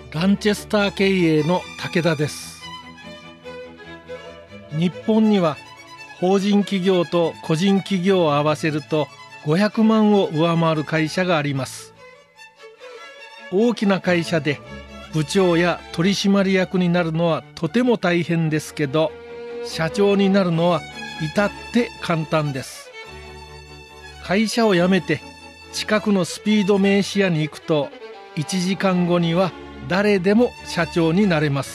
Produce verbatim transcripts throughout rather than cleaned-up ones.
ランチェスター経営の武田です。日本には法人企業と個人企業を合わせるとごひゃくまんを上回る会社があります。大きな会社で部長や取締役になるのはとても大変ですけど、社長になるのは至って簡単です。会社を辞めて近くのスピード名刺屋に行くといちじかんごには誰でも社長になれます。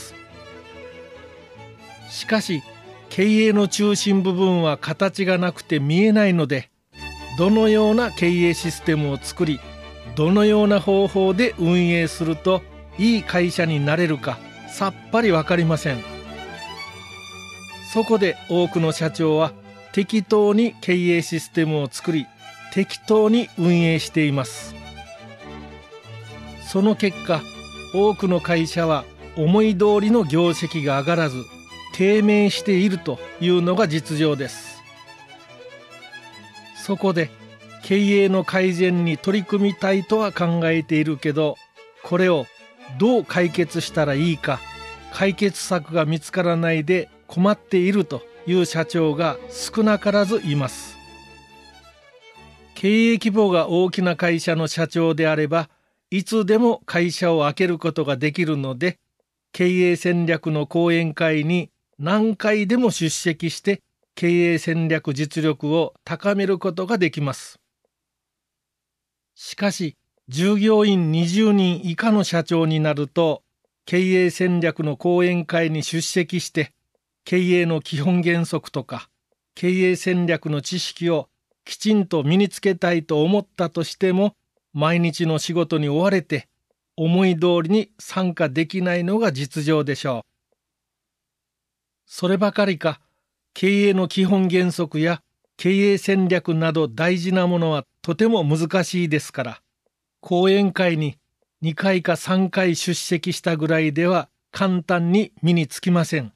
しかし経営の中心部分は形がなくて見えないので、どのような経営システムを作り、どのような方法で運営するといい会社になれるかさっぱりわかりません。そこで多くの社長は適当に経営システムを作り、適当に運営しています。その結果、多くの会社は思い通りの業績が上がらず低迷しているというのが実情です。そこで経営の改善に取り組みたいとは考えているけど、これをどう解決したらいいか、解決策が見つからないで困っているという社長が少なからずいます。経営規模が大きな会社の社長であれば、いつでも会社を開けることができるので、経営戦略の講演会に何回でも出席して経営戦略実力を高めることができます。しかし、従業員にじゅうにん以下の社長になると、経営戦略の講演会に出席して、経営の基本原則とか、経営戦略の知識をきちんと身につけたいと思ったとしても、毎日の仕事に追われて、思い通りに参加できないのが実情でしょう。そればかりか、経営の基本原則や経営戦略など大事なものはとても難しいですから、講演会ににかいかさんかい出席したぐらいでは簡単に身につきません。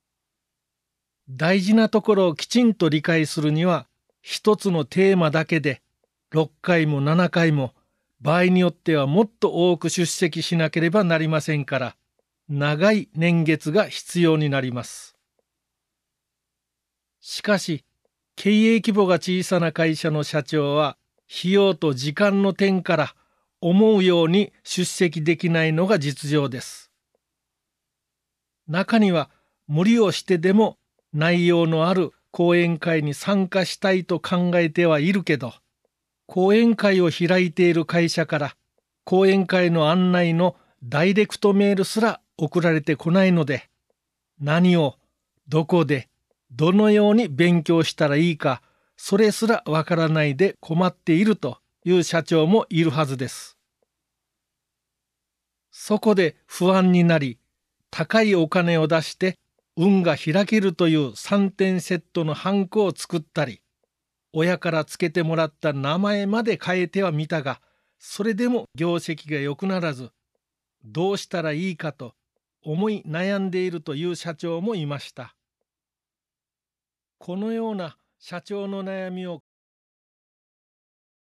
大事なところをきちんと理解するには、一つのテーマだけでろっかいもななかいも、場合によってはもっと多く出席しなければなりませんから、長い年月が必要になります。しかし、経営規模が小さな会社の社長は、費用と時間の点から思うように出席できないのが実情です。中には無理をしてでも内容のある講演会に参加したいと考えてはいるけど、講演会を開いている会社から講演会の案内のダイレクトメールすら送られてこないので、何をどこでどのように勉強したらいいか、それすらわからないで困っているという社長もいるはずです。そこで不安になり、高いお金を出して運が開けるというさんてんセットのハンコを作ったり、親からつけてもらった名前まで変えてはみたが、それでも業績が良くならず、どうしたらいいかと思い悩んでいるという社長もいました。このような社長の悩みを